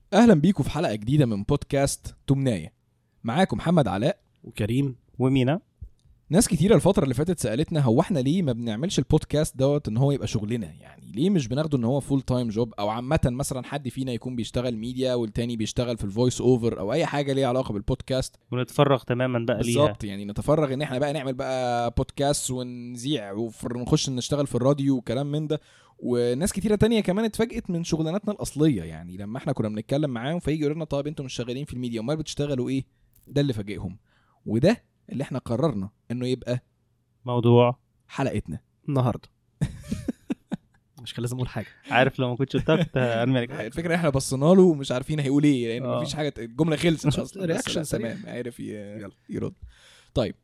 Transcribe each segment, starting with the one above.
اهلا بيكم في حلقه جديده من بودكاست تمنايه. معاكم محمد علاء وكريم ومينا. ناس كتيره الفتره اللي فاتت سالتنا هو احنا ليه ما بنعملش البودكاست دوت ان هو يبقى شغلنا، يعني ليه مش بناخده ان هو فول تايم جوب، او عامه مثلا حد فينا يكون بيشتغل ميديا والتاني بيشتغل في الفويس اوفر او اي حاجه ليها علاقه بالبودكاست ونتفرغ تماما بقى ليها بالظبط. يعني نتفرغ ان احنا بقى نعمل بقى بودكاست ونذيع ونخش نشتغل في الراديو وكلام من ده. وناس كتيره تانية كمان اتفاجئت من شغلاناتنا الاصليه، يعني لما احنا كنا بنتكلم معاهم فيجي يقولوا لنا طيب انتوا مش شغالين في الميديا، امال بتشتغلوا ايه؟ ده اللي فاجئهم، وده اللي احنا قررنا انه يبقى موضوع حلقتنا النهارده. مش كان لازم اقول حاجه؟ عارف لو ما كنتش قلت ارمي عليك. الفكره احنا بصينا له ومش عارفين هيقول ايه، لان مفيش حاجه، الجمله خلصت اصلا. رياكشن تمام، عارف يرد. طيب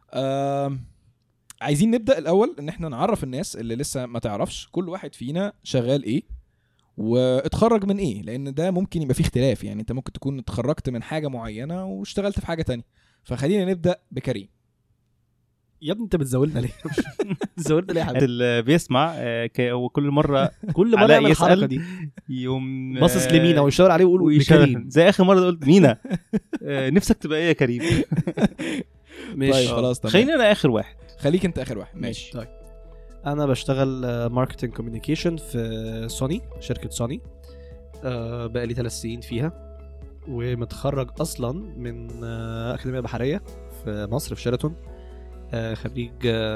عايزين نبدا الاول ان احنا نعرف الناس اللي لسه ما تعرفش كل واحد فينا شغال ايه واتخرج من ايه، لان ده ممكن يبقى فيه اختلاف. يعني انت ممكن تكون اتخرجت من حاجه معينه واشتغلت في حاجه تانية. فخلينا نبدا بكريم. يا ابني انت بتزودنا ليه؟ بتزودنا ليه يا حبيبي؟ اللي بيسمع وكل مره كل مره يعمل الحركه دي، يوم باصص لمينا ويشاور عليه ويقول كريم زي اخر مره قلت مينا. نفسك تبقى ايه يا كريم؟ مش طيب خلاص تمام، خلينا انا اخر واحد. خليك انت اخر واحد. ماشي. طيب انا بشتغل ماركتنج كوميونيكيشن في سوني، شركه سوني. بقى لي 3 سنين فيها، ومتخرج اصلا من اكاديميه بحريه في مصر في شيراتون. خريج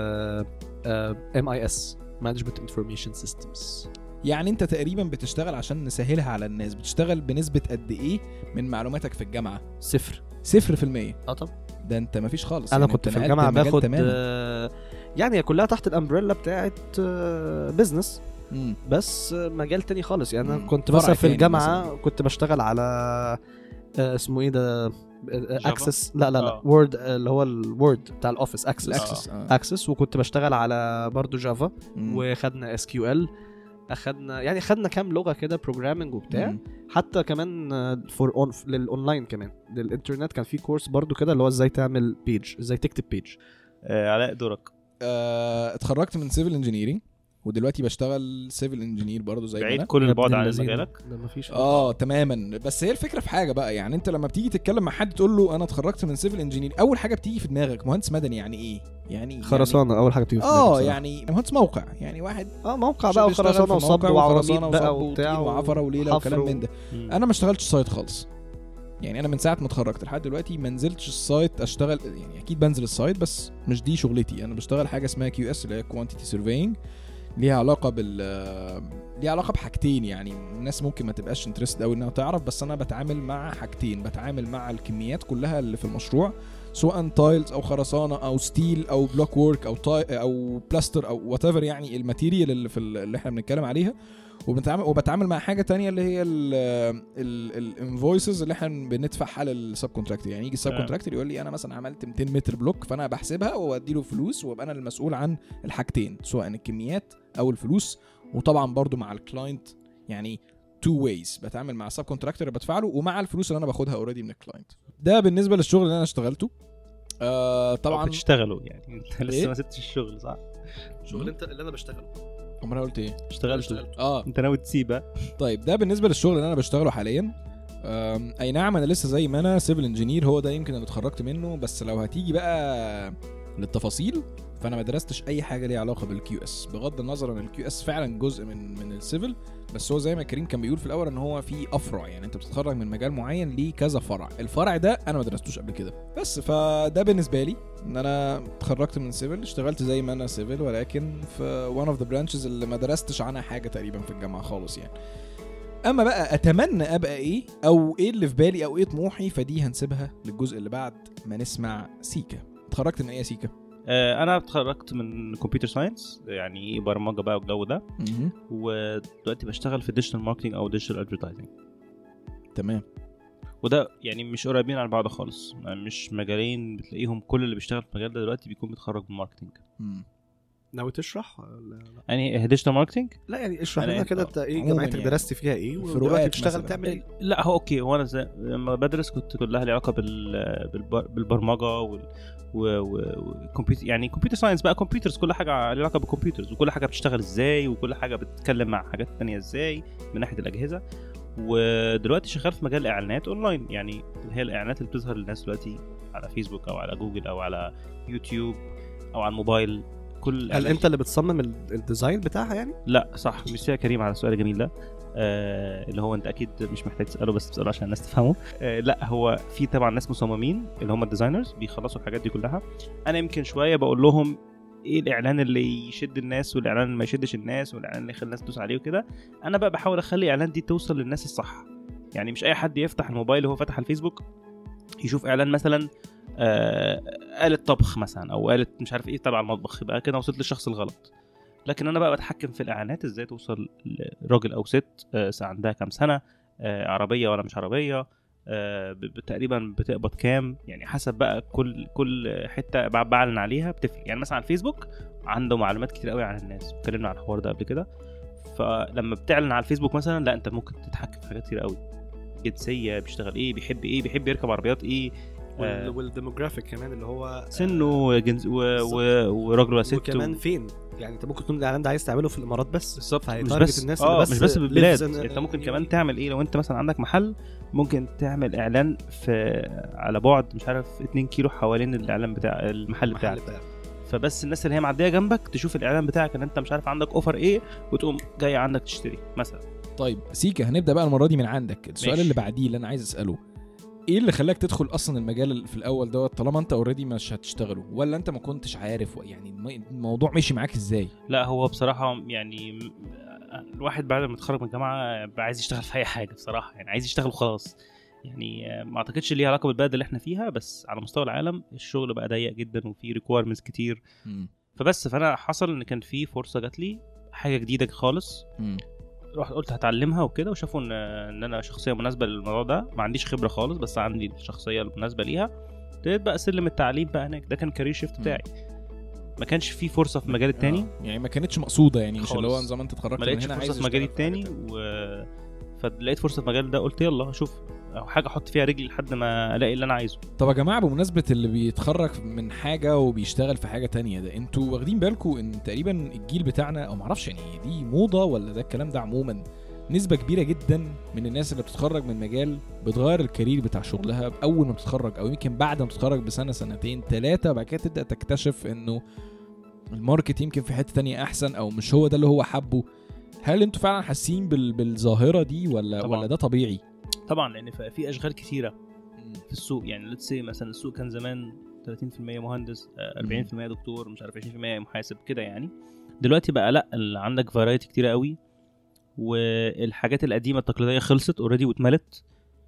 MIS Management Information Systems. يعني انت تقريبا بتشتغل عشان نسهلها على الناس، بتشتغل بنسبه قد ايه من معلوماتك في الجامعه؟ 0%. طبعا ده انت مفيش خالص. انا يعني كنت انت في نقلت الجامعه المجال باخد تماماً. يعني كلها تحت الامبريلا بتاعه بزنس، مم. بس مجال تاني خالص. يعني انا كنت فرع مثلا في تاني الجامعه مثلاً. كنت بشتغل على اسمه ايه ده، اكسس، لا وورد، اللي هو الوورد بتاع الاوفيس، اكسس. وكنت بشتغل على برضو جافا، وخدنا SQL. خدنا كام لغه كده بروجرامنج وبتاع. حتى كمان للاونلاين، كمان للانترنت كان في كورس برضو كده اللي هو ازاي تعمل بيج، ازاي تكتب بيج. علاء دورك. اتخرجت من سيفل انجينيرينج ودلوقتي بشتغل سيفل انجينير برضو زي ما بعيد انا. كل البعد عن مجالك. ده مفيش تماما. بس هي الفكره في حاجه بقى، يعني انت لما بتيجي تتكلم مع حد تقول له انا اتخرجت من سيفل انجينير، اول حاجه بتيجي في دماغك مهندس مدني. يعني ايه؟ يعني خرسانه اول حاجه بتيجي في دماغك. يعني مهندس موقع، يعني واحد موقع بقى وخرسانه وصب وعراميد بقى وبتاع وعفره وليله وكلام من ده. انا ما اشتغلتش سايت خالص. يعني انا من ساعه ما اتخرجت لحد دلوقتي ما نزلتش السايت اشتغل. يعني اكيد بنزل السايت بس مش دي شغلتي. انا بشتغل حاجه اسمها QS اللي هي كوانتيتي سيرفينج، ليها علاقه بحاجتين. يعني الناس ممكن ما تبقاش انترست قوي انها تعرف، بس انا بتعامل مع حاجتين. بتعامل مع الكميات كلها اللي في المشروع، سواء تايلز او خرسانه او ستيل او بلوك وورك او بلاستر او وات ايفر، يعني الماتيريال اللي احنا بنتكلم عليها. وبتعامل مع حاجه تانية اللي هي الانفويسز اللي احنا بندفعها للسب كونتراكتور. يعني يجي السب كونتراكتور يقول لي انا مثلا عملت 200 متر بلوك، فانا بحسبها وادي له فلوس، وابقى انا المسؤول عن الحاجتين، سواء الكميات او الفلوس. وطبعا برضو مع الكلاينت، يعني تو ويز، بتعامل مع السب كونتراكتور بدفع له ومع الفلوس اللي انا باخدها اوريدي من الكلاينت. ده بالنسبه للشغل اللي انا اشتغلته. طبعا بتشتغلوا يعني لسه ما سبتش الشغل، صح؟ شغل انت اللي انا بشتغله. انا قلت ايه؟ اشتغلت. انت ناوي تسيبها؟ طيب ده بالنسبه للشغل اللي انا بشتغله حاليا. اي نعم انا لسه زي ما انا سيفل انجينير، هو ده يمكن اللي اتخرجت منه. بس لو هتيجي بقى للتفاصيل، فانا ما درستش اي حاجه ليها علاقه بالQS، بغض النظر ان الQS فعلا جزء من السيفل. بس هو زي ما كريم كان بيقول في الاول ان هو في افرع، يعني انت بتتخرج من مجال معين ليه كذا فرع. الفرع ده انا ما درستوش قبل كده. بس فده بالنسبه لي ان انا اتخرجت من سيفل، اشتغلت زي ما انا سيفل، ولكن في one of the branches اللي ما درستش عنها حاجه تقريبا في الجامعه خالص يعني. اما بقى اتمنى ابقى ايه او ايه اللي في بالي او ايه طموحي، فدي هنسيبها للجزء اللي بعد ما نسمع سيكا. اتخرجت من ايه يا سيكا؟ انا اتخرجت من كمبيوتر ساينس، يعني برمجه بقى والجو ده. ودلوقتي بشتغل في ديجيتال ماركتنج او ديجيتال ادفرتايزنج. تمام. وده يعني مش قريبين على بعض خالص، مش مجالين بتلاقيهم كل اللي بيشتغل في المجال ده دلوقتي بيكون متخرج من ماركتنج. ناوي تشرح؟ يعني ديجيتال ماركتنج، لا يعني اشرح لنا كده انت ايه جامعتك يعني درست فيها ايه ودلوقتي بتشتغل تعمل ايه؟ لا هو اوكي، هو انا لما بدرس كنت كلها لي علاقه بالبرمجه والكمبيوتر، يعني كمبيوتر ساينس بقى، كمبيوترز، كل حاجه لها علاقه بالكمبيوترز، وكل حاجه بتشتغل ازاي، وكل حاجه بتتكلم مع حاجات تانية ازاي من ناحيه الاجهزه. ودلوقتي شغال في مجال الاعلانات اونلاين، يعني اللي هي الاعلانات اللي بتظهر للناس دلوقتي على فيسبوك او على جوجل او على يوتيوب او على الموبايل. كل هل انت اللي بتصمم الديزاين بتاعها يعني؟ لا صح، مش يا كريم على السؤال الجميل ده. اللي هو انت اكيد مش محتاج تساله، بس تساله عشان الناس تفهمه. لا هو في طبعا ناس مصممين اللي هم الديزاينرز بيخلصوا الحاجات دي كلها. انا يمكن شويه بقول لهم ايه الاعلان اللي يشد الناس والاعلان اللي ما يشدش الناس والاعلان اللي يخلي الناس تدوس عليه وكده. انا بقى بحاول اخلي الاعلان دي توصل للناس الصح. يعني مش اي حد يفتح الموبايل وهو فتح الفيسبوك يشوف اعلان مثلا آلة طبخ مثلا او آلة مش عارف ايه تبع المطبخ، يبقى كده وصلت للشخص الغلط. لكن انا بقى بتحكم في الاعلانات ازاي توصل لراجل او ست عندها كام سنه، عربيه ولا مش عربيه، تقريبا بتقبض كام، يعني حسب بقى كل حته بعلن عليها بتفرق. يعني مثلا على الفيسبوك عنده معلومات كتير قوي عن الناس، اتكلمنا عن الحوار ده قبل كده. فلما بتعلن على الفيسبوك مثلا لا انت ممكن تتحكم في حاجات كتير قوي، جنسيه، بيشتغل ايه، بيحب ايه، بيحب يركب عربيات ايه، والديموغرافيك كمان اللي هو سنه جنس وراجل وست، وكمان فين. يعني انت ممكن تكون الاعلان ده عايز تعمله في الامارات بس مش بس الناس مش بس بالبلاد. انت ممكن كمان تعمل ايه لو انت مثلا عندك محل، ممكن تعمل اعلان في على بعد مش عارف 2 كيلو حوالين الاعلان بتاع المحل بتاعك، فبس الناس اللي هي معديه جنبك تشوف الاعلان بتاعك ان انت مش عارف عندك اوفر ايه وتقوم جاي عندك تشتري مثلا. طيب سيكا، هنبدا بقى المره دي من عندك. السؤال اللي بعديه اللي انا عايز اساله، ايه اللي خلاك تدخل اصلا المجال في الاول دوت طالما انت اوريدي مش هتشتغله، ولا انت ما كنتش عارف؟ يعني الموضوع مشي معاك ازاي؟ لا هو بصراحه يعني الواحد بعد ما يتخرج من الجامعه عايز يشتغل في اي حاجه بصراحه، يعني عايز يشتغل وخلاص. يعني ما اعتقدش ليها علاقه بالبلد اللي احنا فيها، بس على مستوى العالم الشغل بقى ضيق جدا وفي ريكويرمنتس كتير. فانا حصل ان كان في فرصه جات لي حاجه جديده خالص، رحت قلت هتعلمها وكده، وشافوا ان انا شخصيه مناسبه للموضوع ده. ما عنديش خبره خالص بس عندي الشخصيه المناسبه ليها. ابتديت بقى سلم التعليم بقى هناك، ده كان كارير شيفت بتاعي. ما كانش في فرصه في المجال التاني يعني ما كانتش مقصوده، يعني مش اللي هو نظام انت اتخرجت من هنا عايز فرصه في مجالي التاني فلقيت فرصه في المجال ده، قلت يلا اشوف حاجه احط فيها رجلي لحد ما الاقي اللي انا عايزه. طب يا جماعه، بمناسبه اللي بيتخرج من حاجه وبيشتغل في حاجه تانية ده، انتوا واخدين بالكم ان تقريبا الجيل بتاعنا، او معرفش يعني دي موضه ولا ده الكلام ده عموما، نسبه كبيره جدا من الناس اللي بتتخرج من مجال بتغير الكارير بتاع شغلها اول ما بتتخرج، او يمكن بعد ما تتخرج بسنه سنتين ثلاثه، وبعد كده تبدا تكتشف انه الماركت يمكن في حته تانية احسن، او مش هو ده اللي هو حبه. هل انتوا فعلا حاسين بالظاهره دي ولا ده طبيعي؟ طبعا، لان في اشغال كتيره في السوق. يعني ليتس سي مثلا السوق كان زمان 30% مهندس، 40% دكتور، مش عارف 20% محاسب كده. يعني دلوقتي بقى لا، عندك فرايتي كتيره قوي، والحاجات القديمه التقليديه خلصت اوريدي واتملت.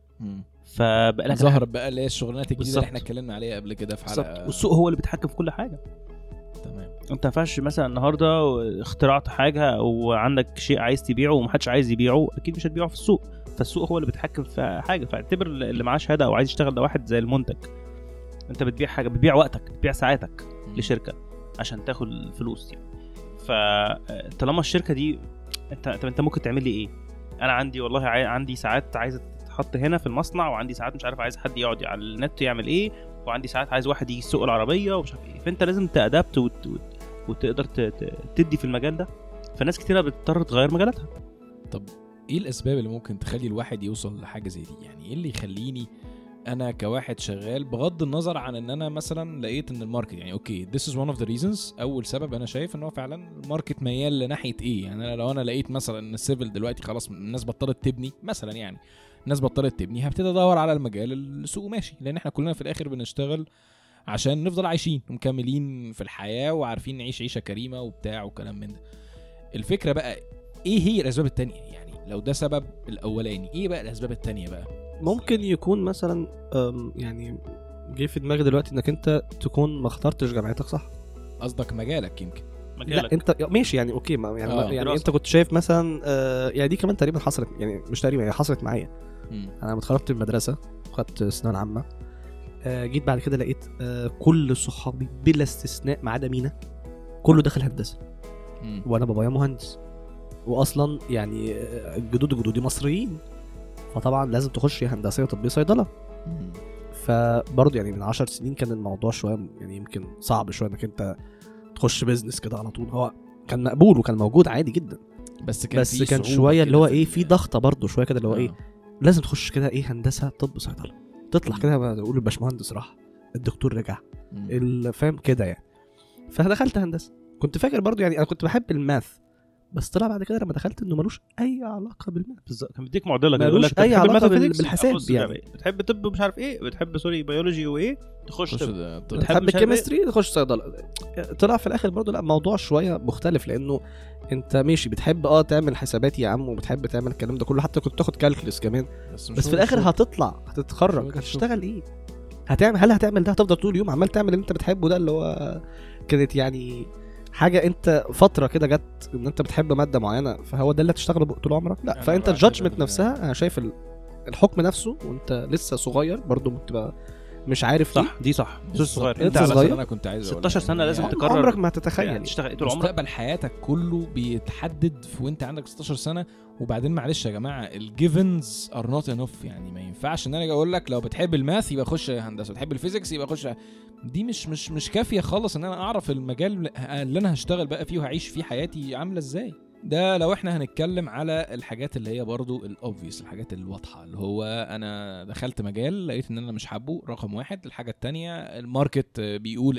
فبقى لك ظهر بقى اللي هي الشغلانات الجديده اللي احنا اتكلمنا عليها قبل كده في حلقه. والسوق هو اللي بيتحكم في كل حاجه. تمام. انت ما ينفعش مثلا النهارده اخترعت حاجه او عندك شيء عايز تبيعه ومحدش عايز يبيعه، اكيد مش هتبيعه في السوق. فالسوق هو اللي بيتحكم في حاجه. فاعتبر اللي معاه شهاده او عايز يشتغل ده واحد زي المنتج. انت بتبيع حاجه، بتبيع وقتك، بتبيع ساعاتك لشركه عشان تاخد الفلوس يعني. فطالما الشركه دي انت ممكن تعمل لي ايه؟ انا عندي والله عندي ساعات عايزه تتحط هنا في المصنع، وعندي ساعات مش عارف عايز حد يقعد على النت يعمل ايه، وعندي ساعات عايز واحد يسوق العربيه ومش عارف ايه. فانت لازم تادابت وتقدر تدي في المجال ده. فناس كتيره بتضطر تغير مجالاتها. طب ايه الاسباب اللي ممكن تخلي الواحد يوصل لحاجه زي دي؟ يعني ايه اللي يخليني انا كواحد شغال، بغض النظر عن ان انا مثلا لقيت ان الماركت يعني اوكي this is one of the reasons، اول سبب انا شايف ان هو فعلا الماركت ميال لناحيه ايه. يعني انا لو انا لقيت مثلا ان السيفل دلوقتي خلاص الناس بطلت تبني مثلا، يعني الناس بطلت تبني، هبتدي ادور على المجال السوق ماشي، لان احنا كلنا في الاخر بنشتغل عشان نفضل عايشين ومكملين في الحياه وعارفين نعيش عيشه كريمه وبتاع وكلام من ده. الفكره بقى ايه هي الاسباب التانية؟ يعني لو ده سبب الاولاني، ايه بقى الاسباب التانية بقى؟ ممكن يكون مثلا يعني جه في دماغي دلوقتي انك انت تكون ما اخترتش جامعتك صح. قصدك مجالك يمكن. لا انت ماشي يعني اوكي، ما يعني يعني دراسة. انت كنت شايف مثلا يعني دي كمان تقريبا حصلت، يعني مش تقريبا، هي حصلت معايا. انا اتخرجت من المدرسه وخدت ثانويه عامه، جيت بعد كده لقيت كل صحابي بلا استثناء ما عدا مينا كله دخل هندسه، وانا بابايا مهندس، واصلا يعني جدودي مصريين، فطبعا لازم تخش يا هندسه يا طب صيدله. فبرضه يعني من 10 سنين كان الموضوع شويه يعني يمكن صعب شويه انك انت تخش بيزنس كده على طول. هو كان مقبول وكان موجود عادي جدا، بس كان شويه اللي هو ايه في ضغطه برضو شويه كده اللي هو ايه لازم تخش كده ايه هندسه طب صيدله تطلع كده بقول الباشمهندس راح الدكتور رجع الفهم كده يعني. فدخلت هندسه كنت فاكر برضو يعني انا كنت بحب الماث بس طلع بعد كده لما دخلت انه ملوش اي علاقه بالماث. بالظبط كان بيديك معضله كده ملوش اي علاقه بالحساب يعني بتحب طب مش عارف ايه بتحب سوري بيولوجي وايه تخش بتحب الكيمستري تخش صيدله. طلع في الاخر برضو لا موضوع شويه مختلف لانه انت ماشي بتحب تعمل حسابات يا عم وبتحب تعمل الكلام ده كله حتى كنت تاخد كالكولس كمان بس في الاخر هتطلع هتتخرج هتشتغل ايه هل هتعمل ده هتفضل طول اليوم عمال تعمل اللي انت بتحبه ده اللي هو كانت يعني حاجه انت فتره كده جت ان انت بتحب ماده معينه فهو ده اللي هتشتغله طول عمرك لا فانت الجادجمنت نفسها انا شايف الحكم نفسه وانت لسه صغير برضو بتبقى مش عارف صح دي صح صغير انت صغير انا كنت عايز 16 سنه لازم تقرر عمرك ما هتتخيل يعني تشتغل طول عمرك مستقبل حياتك كله بيتحدد في وانت عندك 16 سنه وبعدين معلش يا جماعه الجيفنز ار نوت انف يعني ما ينفعش ان انا اقول لك لو بتحب الماث يبقى خش هندسه بتحب الفيزيكس يبقى خش دي مش كافيه خالص ان انا اعرف المجال اللي انا هشتغل بقى فيه وهعيش فيه حياتي عامله ازاي. ده لو احنا هنتكلم على الحاجات اللي هي برضو الاوبفيس الحاجات الواضحه اللي هو انا دخلت مجال لقيت ان انا مش حابه رقم واحد. الحاجه التانية الماركت بيقول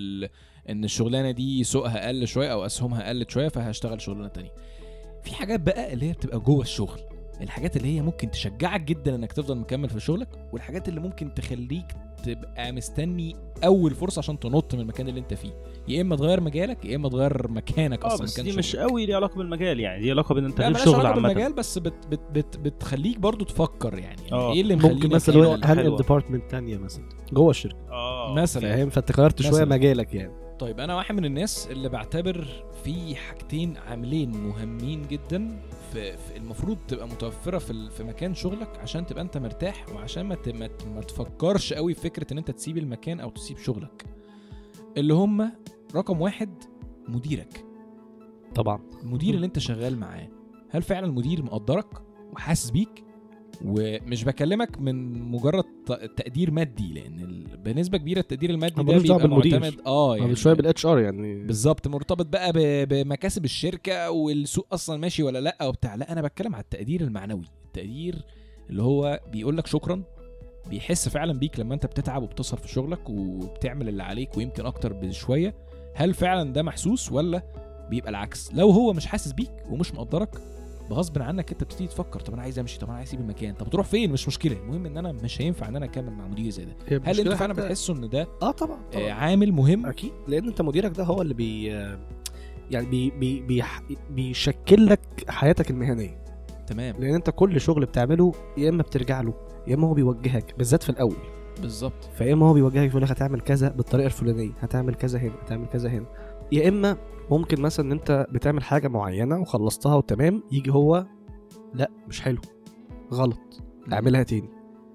ان الشغلانه دي سوقها اقل شويه او اسهمها قلت شويه فهشتغل شغلانه تانية. في حاجات بقى اللي هي بتبقى جوه الشغل الحاجات اللي هي ممكن تشجعك جدا انك تفضل مكمل في شغلك والحاجات اللي ممكن تخليك تبقى مستني اول فرصه عشان تنط من المكان اللي انت فيه يا اما تغير مجالك يا اما تغير مكانك اصلا بس دي مش قوي ليها علاقه بالمجال يعني دي علاقه بان انت غير شغل عامه بالمجال بس بتخليك برضو تفكر يعني ايه اللي ممكن مثلا هل ديبارتمنت تانية مثلا جوه الشركه مثلا فاهم فانت غيرت شويه مجالك يعني. طيب انا واحد من الناس اللي بعتبر في حاجتين عاملين مهمين جدا في المفروض تبقى متوفره في مكان شغلك عشان تبقى انت مرتاح وعشان ما تفكرش قوي في فكره ان انت تسيب المكان او تسيب شغلك اللي هم رقم واحد مديرك. طبعا المدير اللي انت شغال معاه هل فعلا المدير مقدرك وحاسس بيك ومش بكلمك من مجرد تقدير مادي لان بنسبه كبيره التقدير المادي ده بيبقى معتمد يعني شويه بالاتش ار يعني بالظبط مرتبط بقى بمكاسب الشركه والسوق اصلا ماشي ولا لا وبتاع. لا انا بتكلم على التقدير المعنوي التقدير اللي هو بيقول لك شكرا بيحس فعلا بيك لما انت بتتعب وبتصر في شغلك وبتعمل اللي عليك ويمكن اكتر بشويه. هل فعلا ده محسوس ولا بيبقى العكس؟ لو هو مش حاسس بيك ومش مقدرك بغصب عنك انت بتبتدي تفكر طب انا عايز امشي طب انا عايز اسيب المكان طب تروح فين مش مشكله المهم ان انا مش هينفع ان انا اكمل مع مدير زي ده. هل انت فعلا بتحسوا ان ده طبعا عامل مهم؟ اكيد لان انت مديرك ده هو اللي يعني بيشكل لك حياتك المهنيه. تمام لان انت كل شغل بتعمله يا اما بترجع له يا اما هو بيوجهك بالذات في الاول بالظبط فيا اما هو بيوجهك يقول لك هتعمل كذا بالطريقه الفلانيه هتعمل كذا هنا هتعمل كذا هنا يا اما ممكن مثلا ان انت بتعمل حاجه معينه وخلصتها وتمام يجي هو لا مش حلو غلط اعملها تاني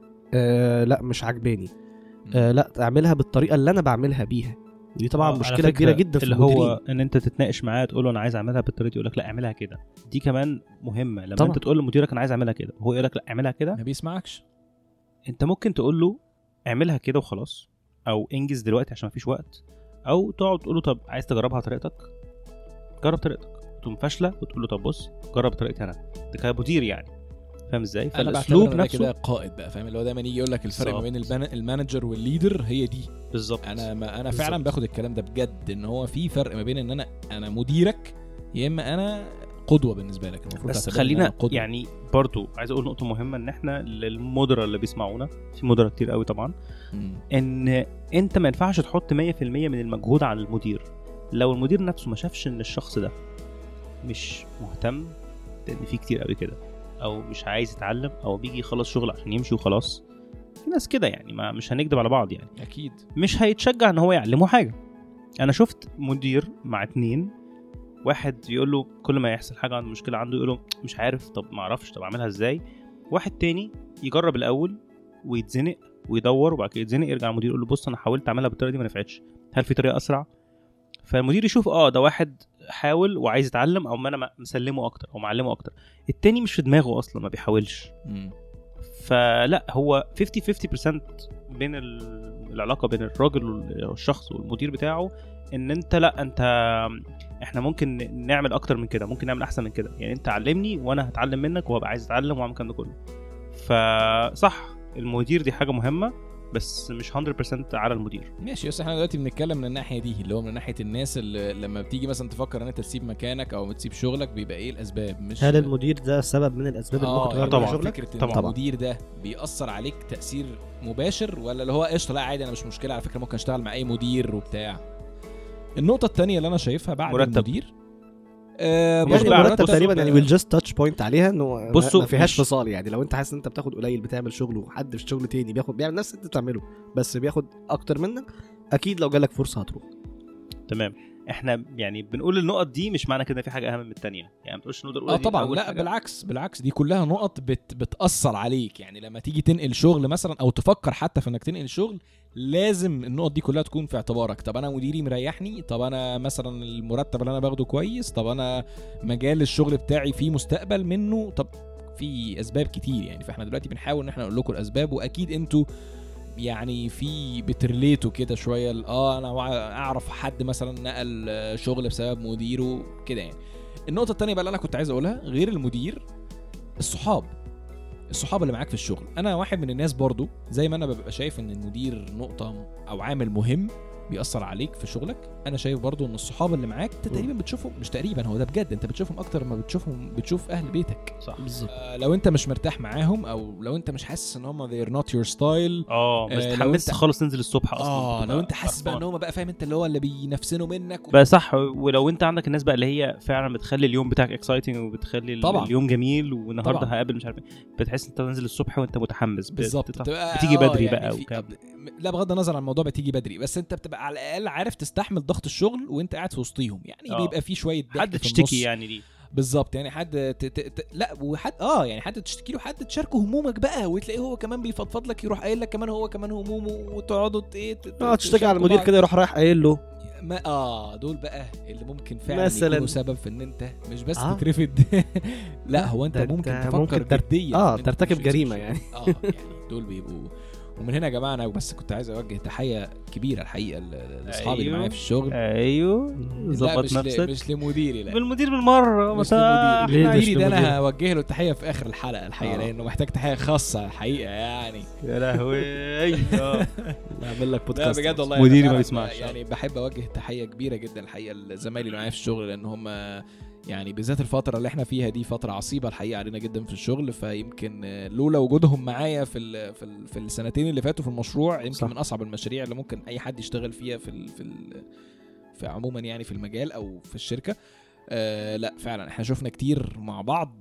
لا مش عجباني لا اعملها بالطريقه اللي انا بعملها بيها. ودي طبعا مشكله كبيره جدا في اللي هو ان انت تتناقش معاه تقول له انا عايز اعملها بالطريقه يقول لك لا اعملها كده. دي كمان مهمه لما طبعا. انت تقول لمديرك انا عايز اعملها كده وهو يقول لك لا اعملها كده ما بيسمعكش. انت ممكن تقول له اعملها كده وخلاص او انجز دلوقتي عشان مفيش وقت او تقعد تقول له طب عايز تجربها طريقتك جرب طريقتك تقوم فاشله وتقول له طب بص جرب طريقتي انا. ده كمدير يعني فاهم ازاي؟ فالاسلوب نفسه كده قائد بقى فاهم اللي هو دايما يجي يقول لك الفرق ما بين المانجر والليدر هي دي بالظبط. انا فعلا باخد الكلام ده بجد ان هو في فرق ما بين ان انا مديرك يا اما انا قدوه بالنسبه لك. المفروض بس خلينا يعني برضو عايز اقول نقطه مهمه ان احنا للمدراء اللي بيسمعونا في مدراء كتير قوي طبعا ان انت ما ينفعش تحط 100% من المجهود على المدير. لو المدير نفسه ما شافش ان الشخص ده مش مهتم لان في كتير قوي كده او مش عايز يتعلم او بيجي يخلص شغل عشان يمشي وخلاص في ناس كده يعني ما مش هنكدب على بعض يعني اكيد مش هيتشجع ان هو يعلمه حاجه. انا شفت مدير مع 2 واحد يقول له كل ما يحصل حاجه عنده مشكله عنده يقول له مش عارف طب ما اعرفش طب اعملها ازاي. واحد تاني يجرب الاول ويتزنق ويدور وبعد كده يتزنق يرجع المدير يقول له بص انا حاولت اعملها بالطريقه دي ما نفعتش هل في طريقه اسرع؟ فالمدير يشوف ده واحد حاول وعايز يتعلم او ما انا مسلمه اكتر او معلمه اكتر. التاني مش في دماغه اصلا ما بيحاولش. فلا هو 50% بين العلاقه بين الراجل والشخص والمدير بتاعه ان انت لا انت احنا ممكن نعمل اكتر من كده، ممكن نعمل احسن من كده، يعني انت علمني وانا هتعلم منك وهبقى عايز اتعلم واعمل الكلام ده كله. فصح المدير دي حاجه مهمه بس مش 100% على المدير. ماشي، بس احنا دلوقتي بنتكلم من الناحيه دي اللي هو من ناحيه الناس اللي لما بتيجي مثلا تفكر ان انت تسيب مكانك او تسيب شغلك بيبقى ايه الاسباب. مش هل المدير ده سبب من الاسباب اللي ممكن تغير طبعا شغلك؟ فكره ان المدير ده بيأثر عليك تأثير مباشر ولا اللي هو قشطه لا عادي انا مش مشكله على فكره ممكن اشتغل مع اي مدير وبتاع. النقطه الثانيه اللي انا شايفها بعد مرتب. المدير يعني مرتب تقريبا يعني ويل جاست تاتش بوينت عليها انه ما فيهاش مش... فصال. يعني لو انت حاسس ان انت بتاخد قليل بتعمل شغل وحد في شغل تاني بيعمل نفس اللي انت بتعمله بس بياخد اكتر منك، اكيد لو جالك فرصه هتروح. تمام. احنا يعني بنقول النقط دي مش معنى كده في حاجه اهم من الثانيه، يعني ما تقولش نقطه الاولى طبعا لا بالعكس دي كلها نقط بتأثر عليك. يعني لما تيجي تنقل شغل مثلا او تفكر حتى في انك تنقل شغل لازم النقط دي كلها تكون في اعتبارك. طب انا مديري مريحني، طب انا مثلا المرتب اللي انا باخده كويس، طب انا مجال الشغل بتاعي فيه مستقبل منه، طب في اسباب كتير يعني. فاحنا دلوقتي بنحاول ان احنا نقول لكم الاسباب واكيد انتوا يعني في بترليتوا كده شويه. انا اعرف حد مثلا نقل شغل بسبب مديره كده يعني. النقطه الثانيه بقى اللي انا كنت عايز اقولها غير المدير، الصحاب اللي معاك في الشغل. انا واحد من الناس برضو زي ما انا ببقى شايف ان المدير نقطه او عامل مهم بيأثر عليك في شغلك، انا شايف برضو ان الصحاب اللي معاك انت تقريبا بتشوفهم، مش تقريبا هو ده بجد، انت بتشوفهم اكتر ما بتشوف اهل بيتك. صح بالظبط. لو انت مش مرتاح معاهم او لو انت مش حاسس ان هم they're not your style، مش تحمس خالص تنزل الصبح اصلا. لو انت حاسس بقى ان هم بقى فاهم انت اللي هو اللي بينفسنوا منك بقى صح. ولو انت عندك الناس بقى اللي هي فعلا بتخلي اليوم بتاعك اكسايتنج وبتخلي طبعا. اليوم جميل والنهارده هقابل مش عارف بتحس انت تنزل الصبح وانت متحمس بالظبط. بتيجي بدري يعني بقى لا بغض النظر عن الموضوع بتيجي بدري بس انت بتبقى على الاقل عارف تستحمل ضغط الشغل وانت قاعد في وسطيهم يعني. بيبقى في شويه حد تشتكي يعني ليه بالظبط، يعني حد لا وحد يعني حد تشتكي له، حد تشاركه همومك بقى وتلاقيه هو كمان بيفضفض لك، يروح قايل لك كمان هو كمان همومه وتقعدوا تشتكي على المدير كده يروح رايح قايل له دول بقى اللي ممكن فعلا يكونوا سبب في ان انت مش بس تترفد لا هو انت ممكن تفكر جديا ترتكب جريمه يعني. يعني دول بيبقوا. ومن هنا يا جماعه انا بس كنت عايز اوجه تحيه كبيره الحقيقه لاصحابي اللي معايا في الشغل. ظبط نفسك. مش لمديري، لا بالمدير بالمره مديري ده انا هوجه له تحيه في اخر الحلقه الحقيقه لانه محتاج تحيه خاصه الحقيقه يعني. يا لهوي نعمل لك بودكاست بجد والله. مديري ما بيسمعش يعني بحب اوجه تحيه كبيره جدا الحقيقه لزمايلي اللي معايا في الشغل لان هم يعني بالذات الفترة اللي احنا فيها دي فترة عصيبة الحقيقة علينا جدا في الشغل. فيمكن لولا وجودهم معايا في السنتين اللي فاتوا في المشروع يمكن صح. من أصعب المشاريع اللي ممكن أي حد يشتغل فيها في عموما يعني في المجال أو في الشركة. لا فعلا احنا شفنا كتير مع بعض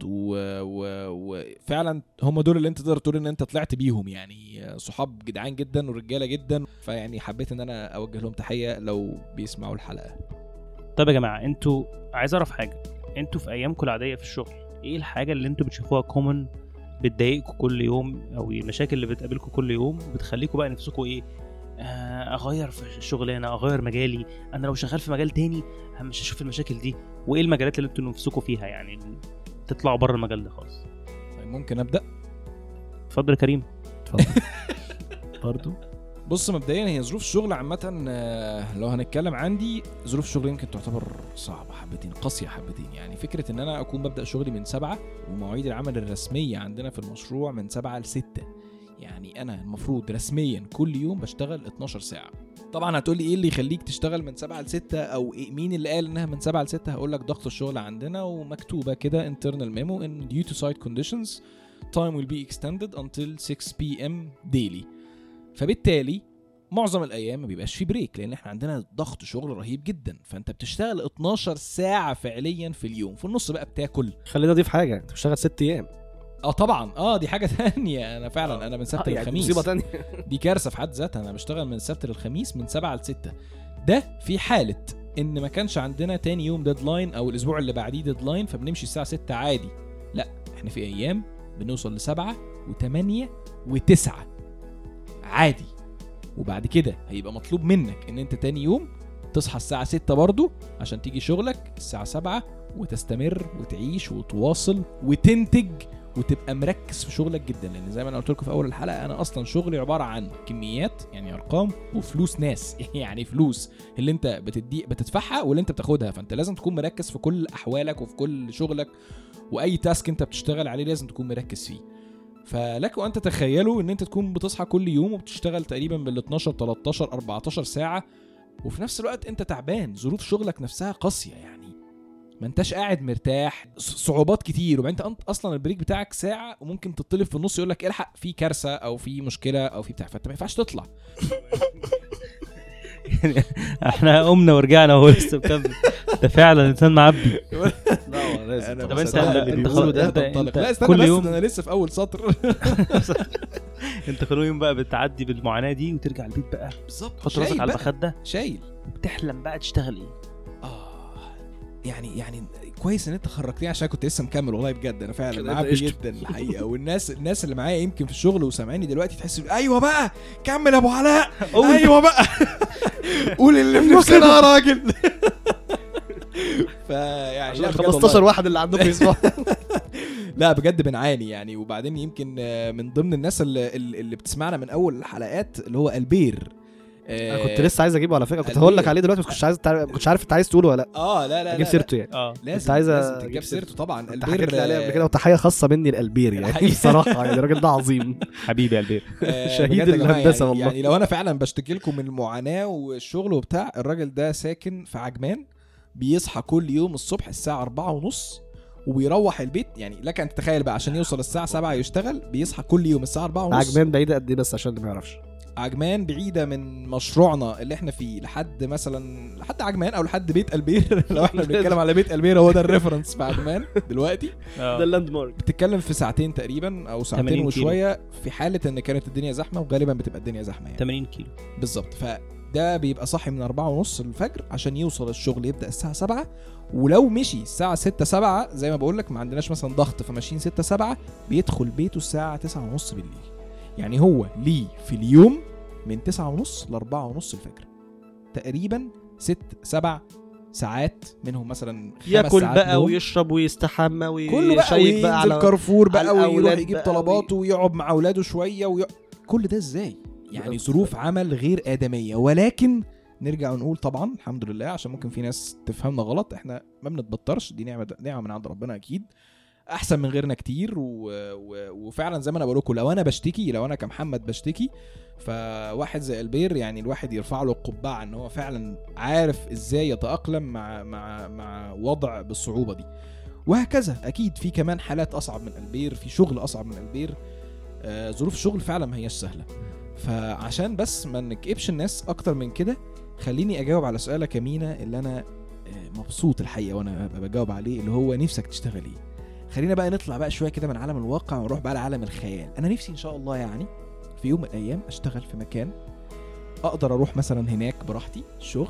وفعلا هم دول اللي انت تقدر تقول ان انت طلعت بيهم يعني صحاب جدعان جدا ورجالة جدا. فيعني حبيت ان انا اوجه لهم تحية لو بيسمعوا الحلقة. طيب يا جماعة انتوا عايز اعرف حاجة، انتوا في ايامكم العادية في الشغل ايه الحاجة اللي انتوا بتشوفوها كومن بتضايقكم كل يوم او المشاكل اللي بتقابلكم كل يوم وبتخليكم بقى نفسكم ايه اغير في الشغلانة اغير مجالي، انا لو شغال في مجال تاني مش هشوف المشاكل دي، وايه المجالات اللي انتوا نفسكم فيها يعني تطلعوا بره المجال ده خالص؟ ممكن ابدأ؟ اتفضل يا كريم. اتفضل. برضو بص مبدئيا هي ظروف الشغل عامة لو هنتكلم عندي ظروف الشغل يمكن تعتبر صعبة حبتين قاسية حبتين. يعني فكرة ان انا اكون ببدأ شغلي من 7 ومواعيد العمل الرسمية عندنا في المشروع من 7 ل6، يعني انا المفروض رسميا كل يوم بشتغل 12 ساعة. طبعا هتقولي ايه اللي يخليك تشتغل من 7 ل6 او إيه مين اللي قال انها من 7 ل6؟ هقولك ضغط الشغل عندنا ومكتوبة كده internal memo in due to site conditions time will be extended until 6 p.m. daily. فبالتالي معظم الايام ما بيبقاش في بريك لان احنا عندنا ضغط شغل رهيب جدا. فانت بتشتغل 12 ساعة فعليا في اليوم، في النص بقى بتاكل. خلينا نضيف حاجة، انت بتشتغل 6 ايام. طبعا دي حاجة تانية. انا فعلا انا من سبت للخميس مصيبة تانية. دي كارثة في حد ذاتها. انا بشتغل من السبت للخميس من 7 ل6. ده في حالة ان ما كانش عندنا تاني يوم ديدلاين او الاسبوع اللي بعديه ديدلاين فبنمشي الساعة 6 عادي. لا احنا في ايام بنوصل ل7 و8 و9 عادي. وبعد كده هيبقى مطلوب منك ان انت تاني يوم تصحى الساعة 6 برضو عشان تيجي شغلك الساعة 7 وتستمر وتعيش وتواصل وتنتج وتبقى مركز في شغلك جدا. لان زي ما انا قلت لكم في اول الحلقه انا اصلا شغلي عباره عن كميات يعني ارقام وفلوس ناس يعني فلوس اللي انت بتدفعها واللي انت بتاخدها. فانت لازم تكون مركز في كل احوالك وفي كل شغلك واي تاسك انت بتشتغل عليه لازم تكون مركز فيه. فلك وانت تخيلوا ان انت تكون بتصحى كل يوم وبتشتغل تقريبا بال 12 13 14 ساعه وفي نفس الوقت انت تعبان، ظروف شغلك نفسها قاسيه يعني ما انتش قاعد مرتاح، صعوبات كتير. وبعدين انت اصلا البريك بتاعك ساعه وممكن تطلب في النص يقول لك الحق في كارثه او في مشكله او في بتاع، فانت ما ينفعش تطلع. يعني احنا قمنا ورجعنا وهو لسه مكمل. ده فعلا انسان معبي. لا لازم. طب انت خلو ده لا استنى كل يوم انا لسه في اول سطر. انت كل يوم بقى بتعدي بالمعاناه دي وترجع البيت بقى بالظبط تحط راسك على المخده شايل وبتحلم بقى تشتغل ايه. يعني كويس ان انت خرجتني عشان كنت لسه مكمل والله بجد. انا فعلا معبي جدا الحقيقه. والناس اللي معايا يمكن في الشغل وسامعيني دلوقتي تحس ايوه بقى كمل يا ابو علاء ايوه بقى قول اللي في نفسنا يا راجل. فيعني 15 واحد اللي عندكم يسمع. لا بجد بنعاني يعني. وبعدين يمكن من ضمن الناس اللي بتسمعنا من اول الحلقات اللي هو البير. انا كنت لسه عايز اجيبه على فكره، كنت هقول لك عليه دلوقتي بس كنتش عارف انت عايز تقوله ولا لا. لا اجيب سيرته يعني. لازم تجيب سيرته طبعا. البير حكيت لي عليه قبل كده وتحيه خاصه مني للبير يعني بصراحه يعني الراجل ده عظيم حبيبي البير. شهيد الهندسه والله. يعني لو انا فعلا بشتكي لكم من المعاناه والشغل وبتاع، الراجل ده ساكن في عجمان، بيصحى كل يوم الصبح الساعه 4:30 وبيروح البيت. يعني لك ان تتخيل بقى عشان يوصل الساعه 7 يشتغل بيصحى كل يوم الساعه 4:30. عجمان بعيده قد ايه بس عشان اللي ما يعرفش؟ عجمان بعيدة من مشروعنا اللي احنا فيه لحد مثلا لحد عجمان او لحد بيت البير. لو احنا بنتكلم على بيت البير هو ده الريفرنس في عجمان دلوقتي. ده اللاند مارك. بتتكلم في ساعتين تقريبا او ساعتين وشوية في حالة ان كانت الدنيا زحمة، وغالبا بتبقى الدنيا زحمة يعني 80 كيلو بالظبط. فده بيبقى صاحي من 4:30 الفجر عشان يوصل الشغل يبدأ الساعة 7. ولو مشي الساعة 6-7 زي ما بقولك ما عندناش مثلا ضغط فماشيين 6-7 بيدخل بيته الساعة 9:30 بالليل. يعني هو ليه في اليوم من 9:30 ل4:30 الفجر تقريبا 6-7 ساعات، منهم مثلا 5 ساعات ياكل بقى ويشرب ويستحمى ويشيك بقى على كارفور بقى ويروح يجيب طلباته ويقعد مع اولاده شويه كل ده ازاي يعني؟ ظروف عمل غير آدمية. ولكن نرجع ونقول طبعا الحمد لله، عشان ممكن في ناس تفهمنا غلط، احنا ما بنتبطرش، دي نعمه من عند ربنا اكيد، احسن من غيرنا كتير. وفعلا زي ما انا بقول لكم، لو انا كمحمد بشتكي، فواحد زي البير يعني الواحد يرفع له القبعه ان هو فعلا عارف ازاي يتاقلم مع وضع بالصعوبه دي. وهكذا اكيد في كمان حالات اصعب من البير، في شغل اصعب من البير. ظروف الشغل فعلا ما هياش سهله. فعشان بس ما نكئبش الناس اكتر من كده، خليني اجاوب على سؤالك يا مينا اللي انا مبسوط الحقيقه وانا بجاوب عليه، اللي هو نفسك تشتغل ايه. خلينا بقى نطلع بقى شويه كده من عالم الواقع ونروح بقى لعالم الخيال. انا نفسي ان شاء الله يعني في يوم من الايام اشتغل في مكان اقدر اروح مثلا هناك براحتي الشغل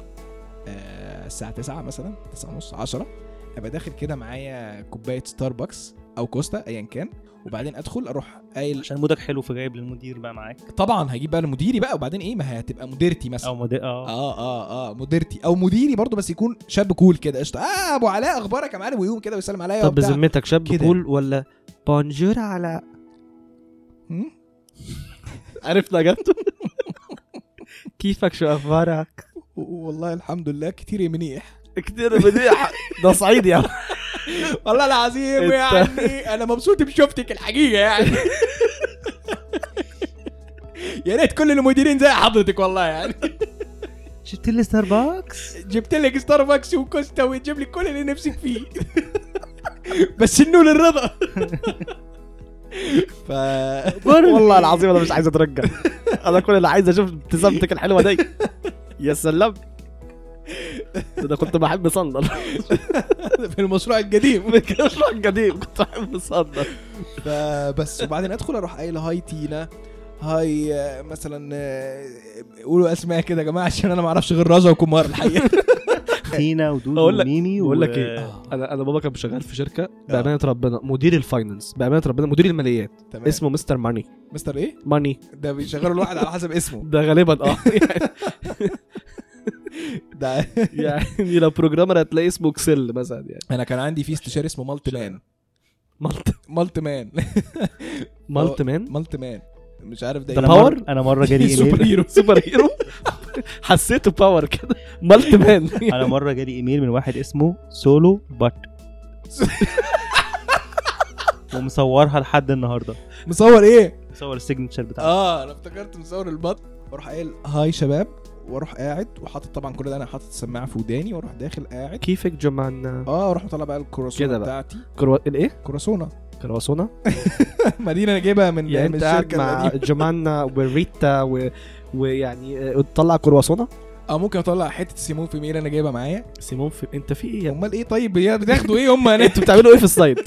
الساعه 9 مثلا 9:30 10 ابقى داخل كده معايا كوبايه ستاربكس او كوستا ايا كان، وبعدين ادخل اروح قايل عشان مودك حلو فجايب للمدير بقى معاك. طبعا هجيب بقى لمديري بقى، وبعدين ايه ما هي هتبقى مديرتي مثلا او مدير مديرتي او مديري برضو، بس يكون شاب كول كده قشطه. ابو علاء اخبارك يا معلم، ويقوم كده ويسلم عليا. طب بذمتك شاب كول ولا بونجور علاء؟ عرفنا اجابته. كيفك شو اخبارك؟ والله الحمد لله كتير منيح ده صعيدي يعني. والله العظيم يعني انا مبسوط بشوفتك الحقيقه يعني. يا ريت كل المديرين زي حضرتك والله يعني. جبت لي جبت لك ستاربكس وكوستا وتجيب لي كل اللي نفسك فيه. بس انه للرضا. والله العظيم انا مش عايز اترجع، انا كل اللي عايز اشوف ابتسامتك الحلوه دي. يا سلام، ده كنت بحب صندل في المشروع القديم. كنت بحب صندل. بس وبعدين ادخل اروح قايل هاي تينا، هاي مثلا قولوا اسماء كده يا جماعه عشان انا ما اعرفش غير رجا وكمار الحقيقه. تينا ودودو وميمي. بقول لك ايه، انا بابا كان شغال في شركه بامانه ربنا، مدير الفاينانس بامانه ربنا، مدير الماليات. تمام. اسمه مستر ماني. مستر ايه؟ ماني. ده بيشغلوا الواحد على حسب اسمه. ده غالبا ده يعني لو بروجرامر هتلاقي اسمه اكسل مثلا يعني. انا كان عندي فيه استشاري اسمه مالتي مان. مالت مان مش عارف ده باور. انا مره جالي ايميل سوبر هيرو حسيته باور كده. مالت مان. انا مره جالي ايميل من واحد اسمه سولو بات ومصورها لحد النهارده. مصور ايه؟ مصور السيجنتشر بتاعه. انا افتكرت مصور البط. واروح قايل هاي شباب واروح قاعد وحاطط طبعا كل ده، انا حاطط السماعه في وداني واروح داخل قاعد كيفك جمعنا. اروح مطلع بقى الكرواسون بتاعتي. الايه؟ كرواسونه مدينه انا جايبها من يعني الشركه مع جمعنا وريتا ويعني تطلع كرواسونه. ممكن اطلع حته سيمون في ميل انا جايبها معايا. سيمون في انت في ايه؟ امال ايه؟ طيب بتاخدوا ايه هم؟ انتوا بتعملوا ايه في السلايد؟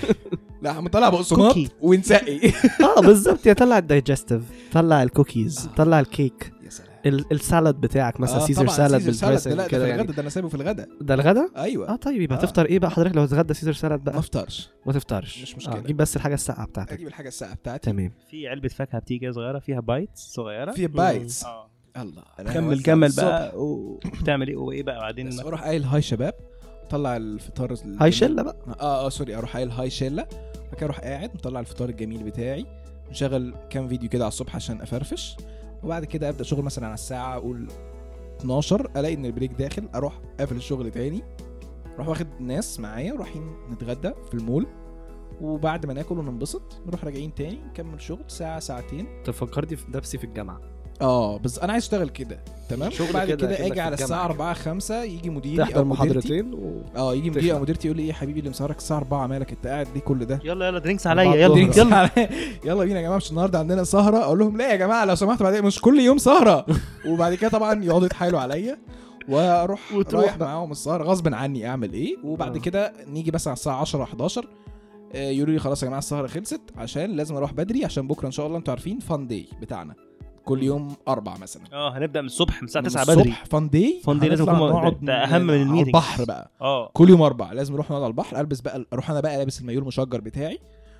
لا مطلع بقسماط ونسقي. بالظبط. يا طلع الدايجستيف، طلع الكوكيز، طلع الكيك، السالاد بتاعك مثلا سيزر سالاد بالدريسنج كده. يعني ده انا سايبه في الغداء. ده الغداء؟ ايوه. طيب يبقى هتفطر ايه بقى حضرتك لو هتغدى سيزر سالاد بقى؟ ما تفطرش مش مشكله. جيب بس الحاجه الساقعه بتاعتك. اجيب الحاجه الساقعه بتاعتي. تمام. في علبه فاكهه بتيجي صغيره فيها بايتس صغيره. فيها بايتس. الله. كمل بقى وبتعمل ايه وايه بقى بعدين؟ بس اروح قايل هاي شباب، طلع الفطار هاي شله بقى. سوري. اروح قايل هاي شله، بعد اروح قاعد مطلع الفطار الجميل بتاعي، نشغل كام فيديو كده على الصبح عشان افرفش، وبعد كده ابدا شغل مثلا على الساعه اقول 12. الاقي ان البريك داخل، اروح قافل الشغل تاني، اروح واخد ناس معايا ورايحين نتغدى في المول، وبعد ما ناكل وننبسط نروح راجعين تاني نكمل شغل ساعه ساعتين. تفكرني في نفسي في الجامعه. بس انا عايز اشتغل كده تمام. بعد كده اجي على الساعه 4 5 يجي مديري او محاضرتين يجي مديري او مديرتي يقول لي ايه يا حبيبي اللي مسهرك الساعه 4 مالك انت قاعد ليه كل ده؟ يلا درينكس عليا. يلا بينا يا جماعه مش النهارده عندنا سهره. اقول لهم لا يا جماعه لو سمحتوا بعدين مش كل يوم سهره. وبعد كده طبعا يقعدوا يتحايلوا عليا واروح رايح معاهم السهره غصب عني اعمل ايه. وبعد كده نيجي بس على الساعه 10 11 يقولوا لي خلاص يا جماعه السهره خلصت عشان لازم اروح بدري عشان بكره ان شاء الله انتوا عارفين فان داي بتاعنا كل يوم 4 مثلا. هنبدا من الصبح من الساعه 9 بدري. فان داي لازم نقعد ده اهم من الميتنج. البحر بقى كل يوم 4 لازم نروح نقعد على البحر. البس بقى اروح انا بقى لابس المايو المشجر بتاعي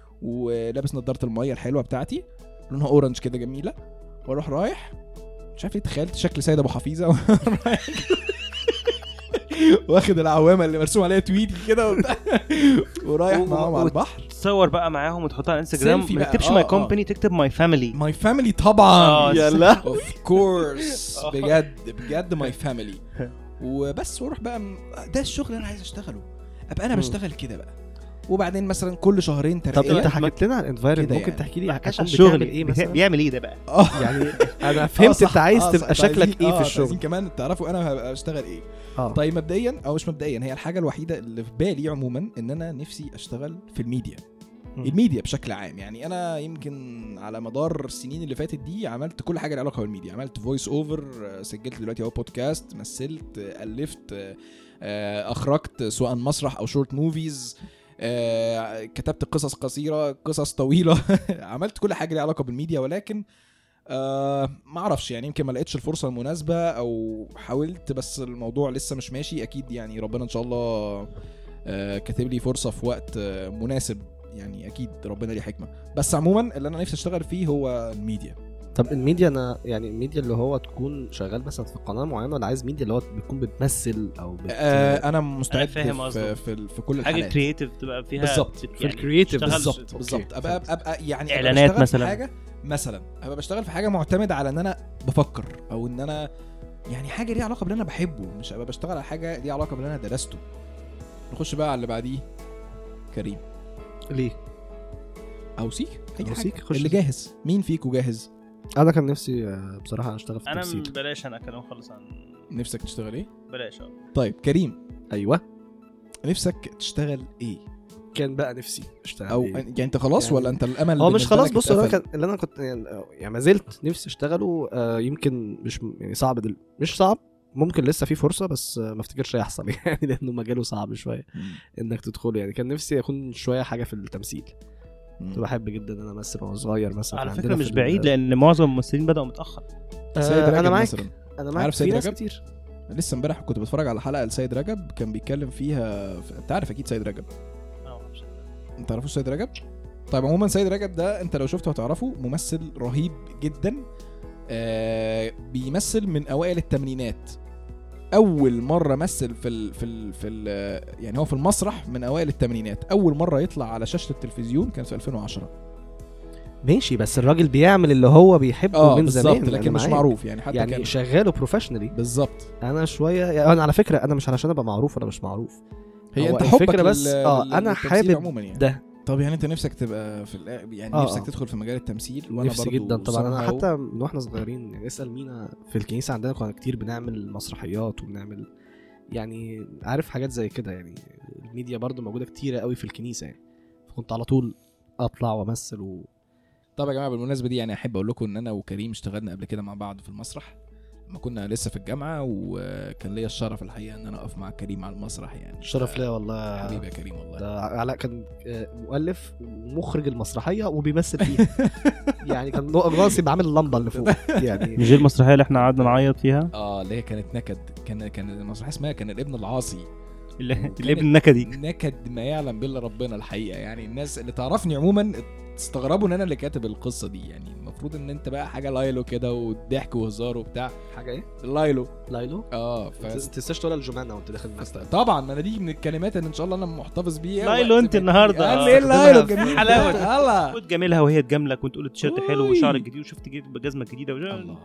ولابس نظاره الميه الحلوه بتاعتي لونها اورنج كده جميله، واروح رايح مش عارف ليه تخيلت شكل سيد ابو حفيظه واخد العوامه اللي مرسوم عليها تويتي كده ورايح معاهم على البحر. تصور بقى معاهم وتحطها على انستجرام. ما تكتبش ماي كومباني، تكتب ماي فاميلي طبعا. يلا اوف كورس. بجد ماي فاميلي. وبس واروح بقى ده الشغل اللي انا عايز اشتغله، ابقى انا بشتغل كده بقى. وبعدين مثلا كل شهرين طب انت حكيت لنا عن الانفايرمنت، ممكن يعني تحكي لي الشغل ايه مثلا بيعمل ايه ده بقى؟ يعني انا فهمت انت عايز تبقى شكلك ايه في الشغل. عايزين كمان تعرفوا انا هبقى اشتغل ايه. طيب مبدئيا او مش مبدئيا، هي الحاجه الوحيده اللي في بالي عموما ان انا نفسي اشتغل في الميديا. الميديا بشكل عام. يعني انا يمكن على مدار السنين اللي فاتت دي عملت كل حاجه لها علاقه بالميديا. عملت فويس اوفر، سجلت دلوقتي بودكاست، مثلت، الفت، اخرجت سواء مسرح او شورت موفيز، كتبت قصص قصيره، قصص طويله عملت كل حاجه لها علاقه بالميديا. ولكن ما اعرفش يعني يمكن ما لقيتش الفرصه المناسبه او حاولت بس الموضوع لسه مش ماشي. اكيد يعني ربنا ان شاء الله كاتب لي فرصه في وقت مناسب. يعني اكيد ربنا ليه حكمه. بس عموما اللي انا نفسي اشتغل فيه هو الميديا. طب الميديا انا يعني الميديا اللي هو تكون شغال مثلا في قناه معينه، ولا عايز ميديا اللي هو بتكون بتمثل او انا مستعد في كل الحالات. حاجه كرييتيف تبقى فيها بالظبط في الكرييتيف بالظبط. ابقى يعني اعلانات مثلا. حاجه مثلا ابقى بشتغل في حاجه معتمده على ان انا بفكر، او ان انا يعني حاجه ليها علاقه باللي انا بحبه، مش ابقى بشتغل على حاجه ليها علاقه باللي انا درسته. نخش بقى على اللي بعديه. كريم ليه او سيك اي حاجه اللي جاهز. مين فيكو جاهز؟ انا كان نفسي بصراحه اشتغل في التمثيل. انا بلاش انا كلام خالص عن نفسك تشتغل ايه؟ بلاش. طيب كريم. ايوه نفسك تشتغل ايه؟ كان بقى نفسي اشتغل او إيه؟ يعني انت خلاص يعني ولا انت الامل هو مش خلاص. بص اللي انا كنت يعني ما زلت نفسي اشتغله. يمكن مش يعني صعب مش صعب، ممكن لسه في فرصه بس ما افتكرش هيحصل يعني لانه مجاله صعب شويه انك تدخله. يعني كان نفسي اكون شويه حاجه في التمثيل. كنت بحب جدا ان انا امثل وانا صغير مثلا. على فكره مش بعيد لان معظم الممثلين بداوا متاخر. انا معاك. انا معاك. عارف سيد رجب كتير. لسه امبارح كنت بتفرج على حلقه لسيد رجب كان بيتكلم فيها انت عارف اكيد سيد رجب. انت تعرفوش سيد رجب؟ طيب عموما سيد رجب ده انت لو شفته هتعرفه. ممثل رهيب جدا. بيمثل من اوائل الثمانينات اول مره مثل يعني هو في المسرح من اوائل الثمانينات. اول مره يطلع على شاشه التلفزيون كان في 2010. ماشي، بس الراجل بيعمل اللي هو بيحبه من زمان، لكن مش معروف يعني، حتى يعني كان شغاله بروفيشنالي. بالظبط. انا شويه يعني انا على فكره انا مش علشان ابقى معروف ولا مش معروف، هي انت حبك بس انا حابب يعني. ده. طب يعني انت نفسك تبقى في يعني نفسك تدخل في مجال التمثيل؟ وانا نفسي جدا طبعا. انا حتى من واحنا صغيرين يعني اسال مينا في الكنيسه عندنا كنا كتير بنعمل مسرحيات وبنعمل يعني عارف حاجات زي كده، يعني الميديا برضو موجوده كتيره قوي في الكنيسه يعني، فكنت على طول اطلع وامثل طب يا جماعه بالمناسبه دي يعني احب اقول لكم ان انا وكريم اشتغلنا قبل كده مع بعض في المسرح لما كنا لسه في الجامعه، وكان ليا الشرف الحقيقه ان انا اقف مع كريم على المسرح يعني. الشرف ليا والله حبيبي يا كريم والله. ده علاء كان مؤلف ومخرج المسرحيه وبيمثل فيها يعني كان غاصب عامل اللمبه اللي فوق يعني. مش المسرحيه اللي احنا قعدنا نعيط فيها؟ اللي هي كانت نكد. كان المسرحيه اسمها كان الابن العاصي، الابن النكدي، نكد ما يعلم بالله ربنا الحقيقه. يعني الناس اللي تعرفني عموما تستغربوا ان انا اللي كاتب القصه دي. يعني المفروض ان انت بقى حاجه لايلو كده والضحك وهزار وبتاع. حاجه ايه لايلو تنساش تقول الجمانه وانت داخل المسرح. طبعا انا دي من الكلمات اللي ان شاء الله انا محتفظ بيها. لايلو انت النهارده قال ايه لايلو جميل حلاوه الله وتجملها وهي تجاملك وتقول التيشيرت حلو وشعرك جديد وشفت جزمه جديده الله.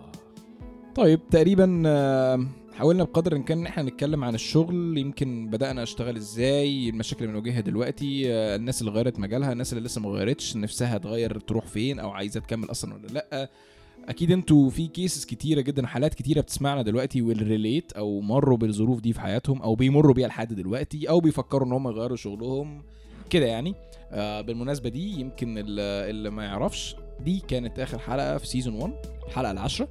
طيب تقريبا حاولنا بقدر الامكان ان احنا نتكلم عن الشغل. يمكن بدانا اشتغل ازاي، المشاكل اللي بنواجهها دلوقتي، الناس اللي غيرت مجالها، الناس اللي لسه ما غيرتش نفسها تغير تروح فين او عايزه تكمل اصلا ولا لا. اكيد انتوا في كيسز كتيره جدا، حالات كتيره بتسمعنا دلوقتي والريليت او مروا بالظروف دي في حياتهم او بيمروا بيها لحد دلوقتي او بيفكروا ان هم يغيروا شغلهم كده يعني. بالمناسبه دي يمكن اللي ما يعرفش دي كانت اخر حلقه في سيزون 1، الحلقه العاشرة.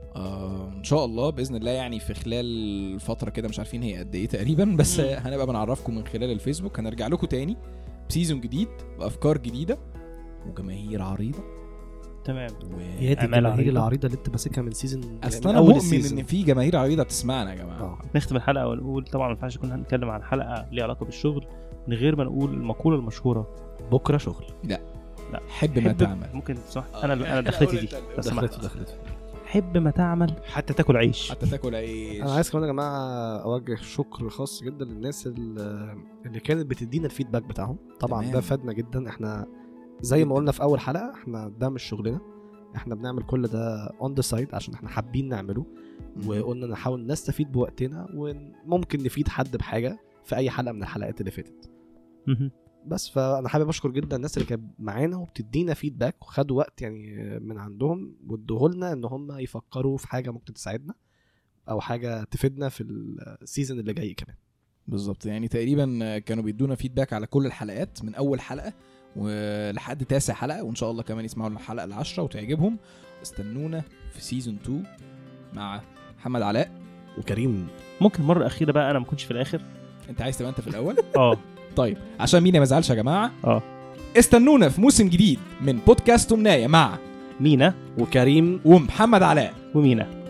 ان شاء الله باذن الله يعني في خلال فتره كده مش عارفين هي قد ايه تقريبا، بس هنبقى بنعرفكم من خلال الفيسبوك. هنرجع لكم تاني بسيزون جديد وافكار جديده وجماهير عريضه. تمام. يا دي الجماهير العريضه اللي انت ماسكها من سيزون اصلا انا مؤمن ان في جماهير عريضه بتسمعنا يا جماعه. نختم الحلقه ونقول طبعا ما ينفعش كنا هنتكلم عن حلقه ليها علاقه بالشغل من غير ما نقول المقوله المشهوره بكره شغل. لا حب ما تعمل. ممكن صح انا دخلتي دي بس دخلت حب ما تعمل حتى تاكل عيش. انا عايز كمان يا جماعه اوجه شكر خاص جدا للناس اللي كانت بتدينا الفيدباك بتاعهم. طبعا ده فادنا جدا. احنا زي ما قلنا في اول حلقه احنا ده مش شغلنا، احنا بنعمل كل ده اون ذا سايد عشان احنا حابين نعمله، وقلنا نحاول نستفيد بوقتنا وممكن نفيد حد بحاجه في اي حلقه من الحلقات اللي فاتت. بس فانا حابب اشكر جدا الناس اللي كانت معانا وبتدينا فيدباك وخدوا وقت يعني من عندهم وادوهولنا ان هم يفكروا في حاجه ممكن تساعدنا او حاجه تفيدنا في السيزون اللي جاي كمان. بالظبط. يعني تقريبا كانوا بيدونا فيدباك على كل الحلقات من اول حلقه ولحد 9 حلقه، وان شاء الله كمان يسمعوا الحلقه العاشرة وتعجبهم. استنونا في سيزون 2 مع محمد علاء وكريم. ممكن مره اخيره بقى انا ما كنتش في الاخر؟ انت عايز تبقى انت في الاول؟ طيب عشان مينا ما يزعلش يا جماعه. استنونا في موسم جديد من بودكاست منايا مع مينا وكريم ومحمد علاء ومينا.